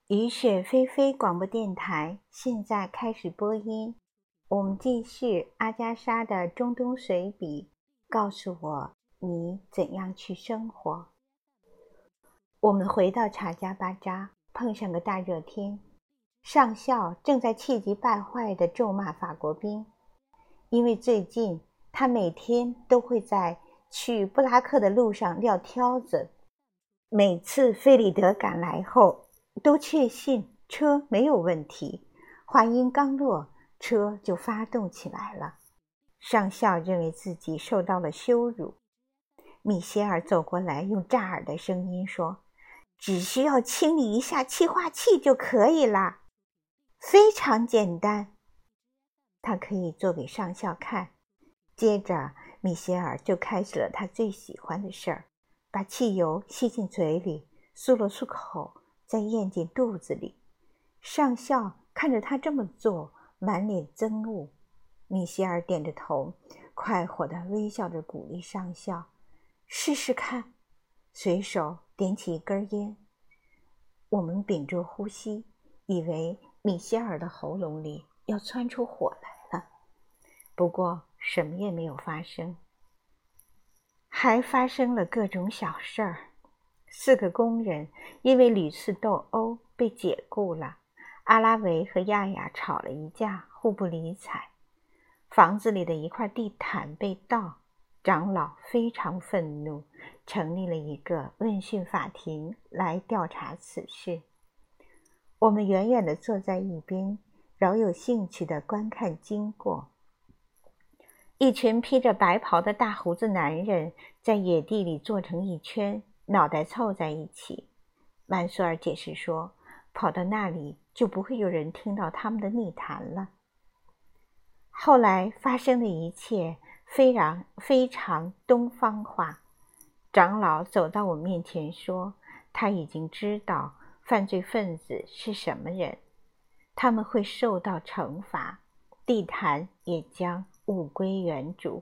雨雪霏霏广播电台现在开始播音。我们继续阿加莎的中东随笔，告诉我你怎样去生活。我们回到查加巴扎，碰上个大热天，上校正在气急败坏地咒骂法国兵，因为最近他每天都会在去布拉克的路上撂挑子。每次费里德赶来后，都确信车没有问题，话音刚落，车就发动起来了。上校认为自己受到了羞辱。米歇尔走过来，用炸耳的声音说：“只需要清理一下气化器就可以了，非常简单。”他可以做给上校看。接着，米歇尔就开始了他最喜欢的事儿，把汽油吸进嘴里，漱了漱口，再咽进肚子里。上校看着他这么做，满脸憎恶。米歇尔点着头，快活地微笑着鼓励上校：“试试看。”随手点起一根烟。我们屏住呼吸，以为米歇尔的喉咙里要窜出火来了。不过什么也没有发生。还发生了各种小事儿。4个工人因为屡次斗殴被解雇了。阿拉维和亚亚吵了一架，互不理睬。房子里的一块地毯被盗，长老非常愤怒，成立了一个问讯法庭来调查此事。我们远远地坐在一边，饶有兴趣地观看经过。一群披着白袍的大胡子男人在野地里坐成一圈，脑袋凑在一起。曼苏尔解释说，跑到那里就不会有人听到他们的密谈了。后来发生的一切非常东方化。长老走到我面前说，他已经知道犯罪分子是什么人，他们会受到惩罚，地毯也将物归原主。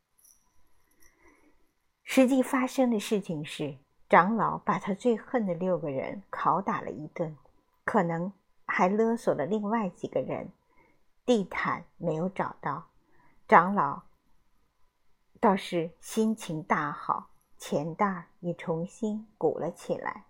实际发生的事情是，长老把他最恨的6个人拷打了一顿，可能还勒索了另外几个人。地毯没有找到，长老倒是心情大好，钱袋也重新鼓了起来。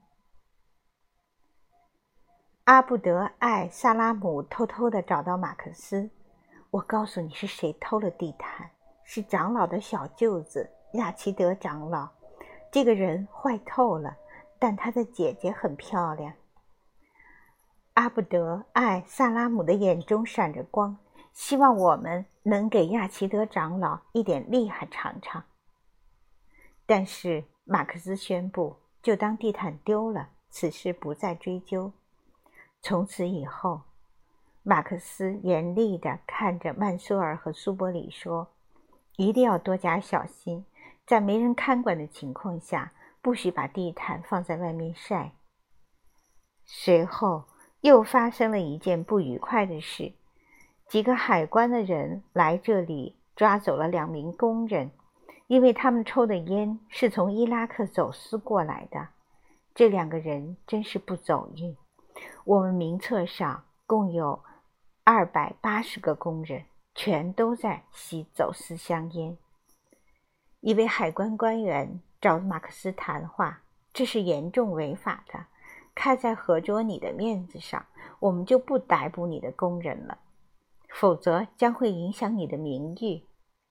阿布德艾萨拉姆偷偷地找到马克思。我告诉你是谁偷了地毯，是长老的小舅子亚奇德长老。这个人坏透了，但他的姐姐很漂亮。阿布德艾萨拉姆的眼中闪着光，希望我们能给亚奇德长老一点厉害尝尝。但是马克思宣布，就当地毯丢了，此事不再追究。从此以后，马克思严厉地看着曼苏尔和苏伯里说，一定要多加小心，在没人看管的情况下，不许把地毯放在外面晒。随后又发生了一件不愉快的事，几个海关的人来这里抓走了2名工人，因为他们抽的烟是从伊拉克走私过来的。这2个人真是不走运。我们名册上共有280个工人，全都在吸走私香烟。一位海关官员找马克思谈话，这是严重违法的，看在合着你的面子上，我们就不逮捕你的工人了，否则将会影响你的名誉。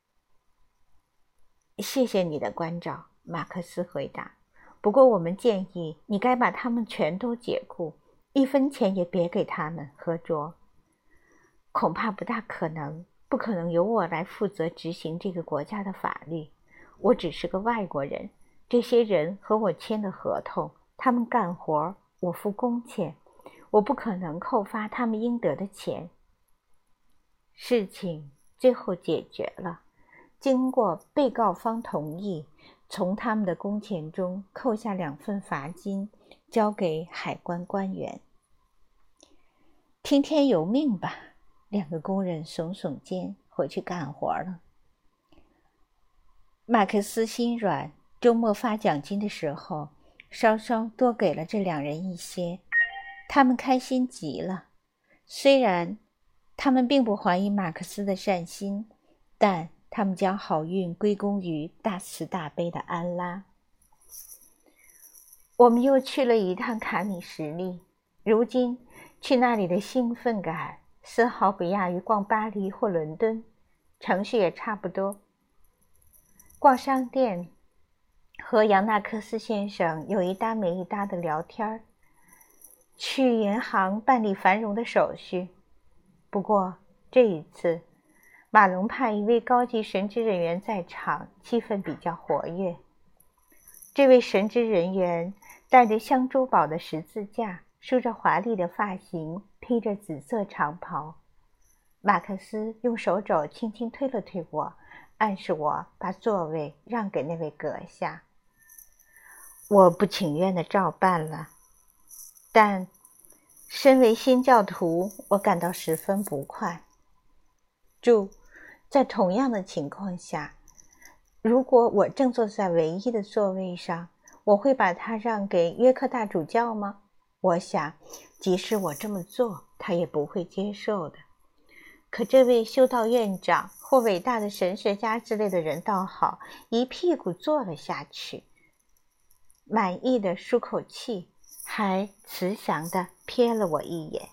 谢谢你的关照，马克思回答，不过我们建议你该把他们全都解雇，1分钱也别给他们，合着。恐怕不大可能，不可能由我来负责执行这个国家的法律。我只是个外国人，这些人和我签的合同，他们干活，我付工钱，我不可能扣发他们应得的钱。事情最后解决了，经过被告方同意，从他们的工钱中扣下2份罚金，交给海关官员。听天由命吧，2个工人耸耸肩，回去干活了。马克思心软，周末发奖金的时候，稍稍多给了这2人一些。 他们开心极了。虽然他们并不怀疑马克思的善心，但他们将好运归功于大慈大悲的安拉。我们又去了一趟卡米什利，如今去那里的兴奋感丝毫不亚于逛巴黎或伦敦，程序也差不多。逛商店，和杨纳克斯先生有一搭没一搭的聊天，去银行办理繁荣的手续。不过这一次，马龙派一位高级神职人员在场，气氛比较活跃。这位神职人员带着镶珠宝的十字架，梳着华丽的发型，披着紫色长袍。马克思用手肘轻轻推了推我，暗示我把座位让给那位阁下。我不情愿地照办了，但身为新教徒，我感到十分不快。注：在同样的情况下，如果我正坐在唯一的座位上，我会把它让给约克大主教吗？我想，即使我这么做，他也不会接受的。可这位修道院长或伟大的神学家之类的人倒好，一屁股坐了下去，满意的舒口气，还慈祥地瞥了我一眼。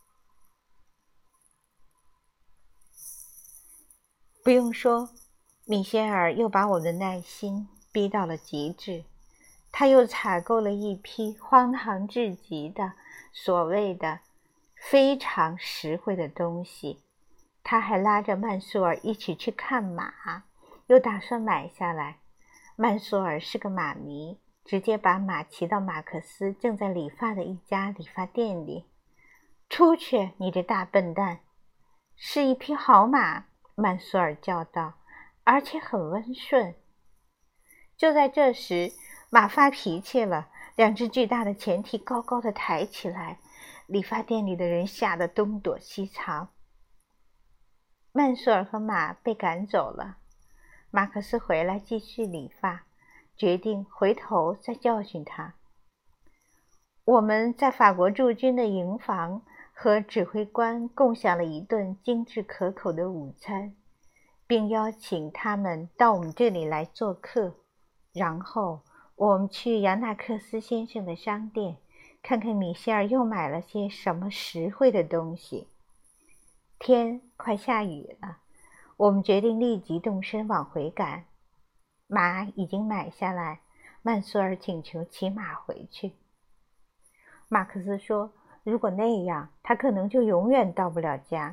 不用说，米歇尔又把我的耐心逼到了极致。他又采购了一批荒唐至极的所谓的非常实惠的东西。他还拉着曼苏尔一起去看马，又打算买下来。曼苏尔是个马迷，直接把马骑到马克思正在理发的一家理发店里。出去，你这大笨蛋！是一匹好马，曼苏尔叫道，而且很温顺。就在这时，马发脾气了，两只巨大的前蹄高高的抬起来，理发店里的人吓得东躲西藏。曼苏尔和马被赶走了。马克思回来继续理发，决定回头再教训他。我们在法国驻军的营房和指挥官共享了一顿精致可口的午餐，并邀请他们到我们这里来做客。然后我们去杨纳克斯先生的商店，看看米歇尔又买了些什么实惠的东西。天快下雨了，我们决定立即动身往回赶。马已经买下来，曼苏尔请求骑马回去。马克思说，如果那样，他可能就永远到不了家。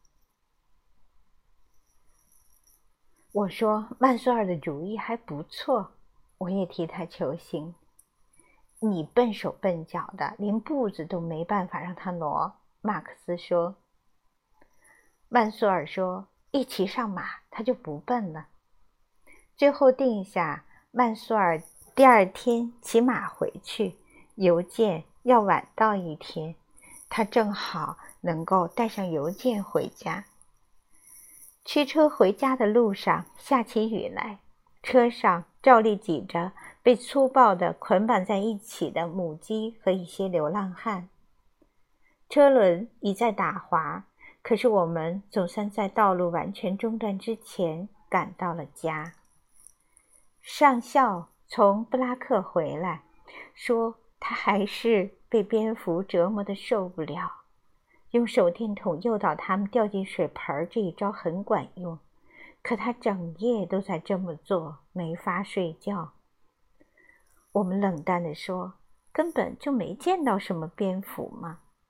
我说，曼苏尔的主意还不错，我也替他求情。你笨手笨脚的，连步子都没办法让他挪，马克思说。曼苏尔说，一骑上马，他就不笨了。最后定下，曼苏尔第二天骑马回去，邮件要晚到一天，他正好能够带上邮件回家。驱车回家的路上下起雨来，车上照例挤着被粗暴地捆绑在一起的母鸡和一些流浪汉。车轮已在打滑，可是我们总算在道路完全中断之前赶到了家。上校从布拉克回来，说他还是被蝙蝠折磨得受不了。用手电筒诱导他们掉进水盆这一招很管用，可他整夜都在这么做，没法睡觉。我们冷淡地说，根本就没见到什么蝙蝠嘛。